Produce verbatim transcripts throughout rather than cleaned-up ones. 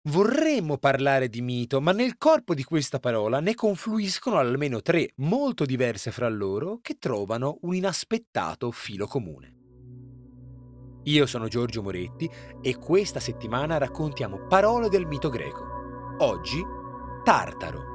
Vorremmo parlare di mito, ma nel corpo di questa parola ne confluiscono almeno tre, molto diverse fra loro, che trovano un inaspettato filo comune. Io sono Giorgio Moretti e questa settimana raccontiamo parole del mito greco. Oggi, Tartaro.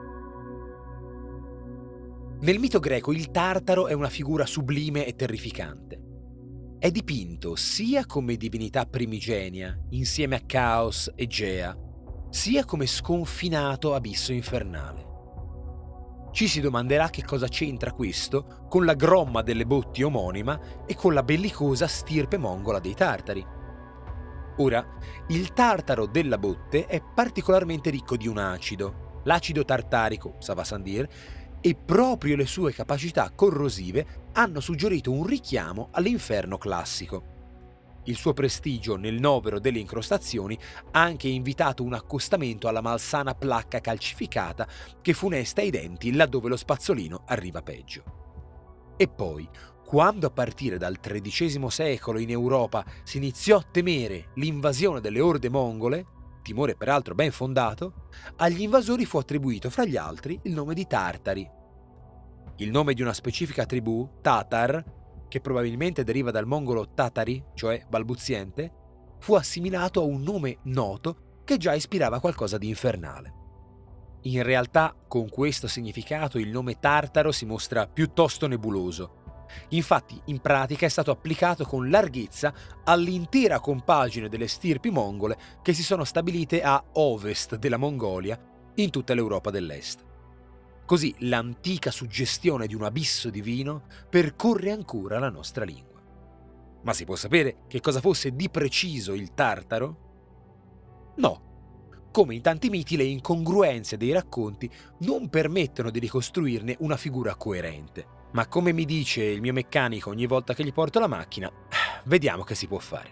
Nel mito greco il Tartaro è una figura sublime e terrificante. È dipinto sia come divinità primigenia, insieme a Caos e Gea, sia come sconfinato abisso infernale. Ci si domanderà che cosa c'entra questo con la gromma delle botti omonima e con la bellicosa stirpe mongola dei Tartari. Ora, il tartaro della botte è particolarmente ricco di un acido, l'acido tartarico, ça va sans dire, e proprio le sue capacità corrosive hanno suggerito un richiamo all'inferno classico. Il suo prestigio nel novero delle incrostazioni ha anche invitato un accostamento alla malsana placca calcificata che funesta i denti laddove lo spazzolino arriva peggio. E poi, quando a partire dal tredicesimo secolo in Europa si iniziò a temere l'invasione delle orde mongole, timore peraltro ben fondato, agli invasori fu attribuito fra gli altri il nome di Tartari. Il nome di una specifica tribù, Tatar, che probabilmente deriva dal mongolo Tatari, cioè balbuziente, fu assimilato a un nome noto che già ispirava qualcosa di infernale. In realtà, con questo significato, il nome Tartaro si mostra piuttosto nebuloso. Infatti, in pratica è stato applicato con larghezza all'intera compagine delle stirpi mongole che si sono stabilite a ovest della Mongolia, in tutta l'Europa dell'Est. Così l'antica suggestione di un abisso divino percorre ancora la nostra lingua. Ma si può sapere che cosa fosse di preciso il Tartaro? No. Come in tanti miti, le incongruenze dei racconti non permettono di ricostruirne una figura coerente. Ma come mi dice il mio meccanico ogni volta che gli porto la macchina, vediamo che si può fare.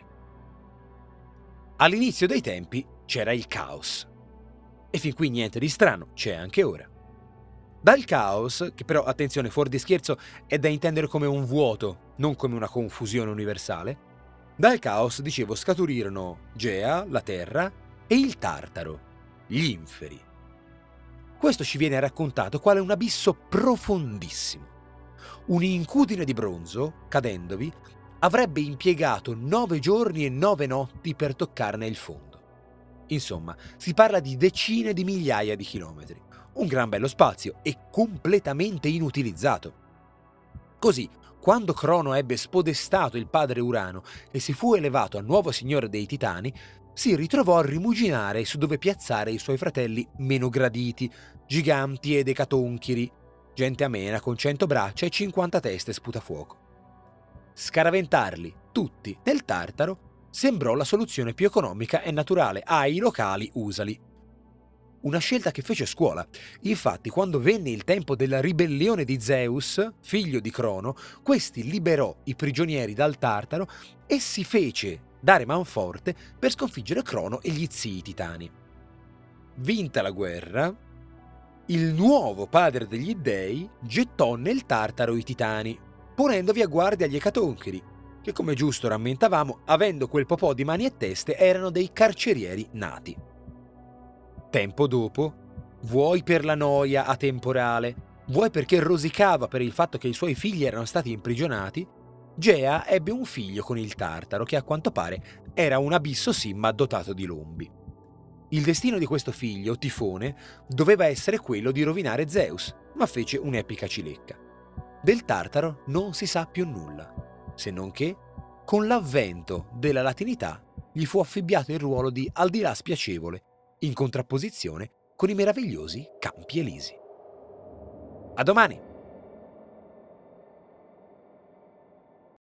All'inizio dei tempi c'era il caos. E fin qui niente di strano, c'è anche ora. Dal caos, che però, attenzione, fuori di scherzo, è da intendere come un vuoto, non come una confusione universale, dal caos, dicevo, scaturirono Gea, la terra, e il Tartaro, gli inferi. Questo ci viene raccontato quale un abisso profondissimo. Un'incudine di bronzo, cadendovi, avrebbe impiegato nove giorni e nove notti per toccarne il fondo. Insomma, si parla di decine di migliaia di chilometri. Un gran bello spazio e completamente inutilizzato. Così, quando Crono ebbe spodestato il padre Urano e si fu elevato a nuovo signore dei Titani, si ritrovò a rimuginare su dove piazzare i suoi fratelli meno graditi, giganti ed ecatonchiri, gente amena con cento braccia e cinquanta teste sputafuoco. Scaraventarli, tutti, nel Tartaro, sembrò la soluzione più economica e naturale ai locali usali. Una scelta che fece scuola. Infatti, quando venne il tempo della ribellione di Zeus, figlio di Crono, questi liberò i prigionieri dal Tartaro e si fece dare manforte per sconfiggere Crono e gli zii titani. Vinta la guerra, il nuovo padre degli dei gettò nel Tartaro i titani, ponendovi a guardia gli ecatonchiri, che, come giusto rammentavamo, avendo quel popò di mani e teste, erano dei carcerieri nati. Tempo dopo, vuoi per la noia atemporale, vuoi perché rosicava per il fatto che i suoi figli erano stati imprigionati, Gea ebbe un figlio con il Tartaro che a quanto pare era un abisso simma dotato di lombi. Il destino di questo figlio, Tifone, doveva essere quello di rovinare Zeus, ma fece un'epica cilecca. Del Tartaro non si sa più nulla, se non che, con l'avvento della latinità, gli fu affibbiato il ruolo di aldilà spiacevole, in contrapposizione con i meravigliosi Campi Elisi. A domani!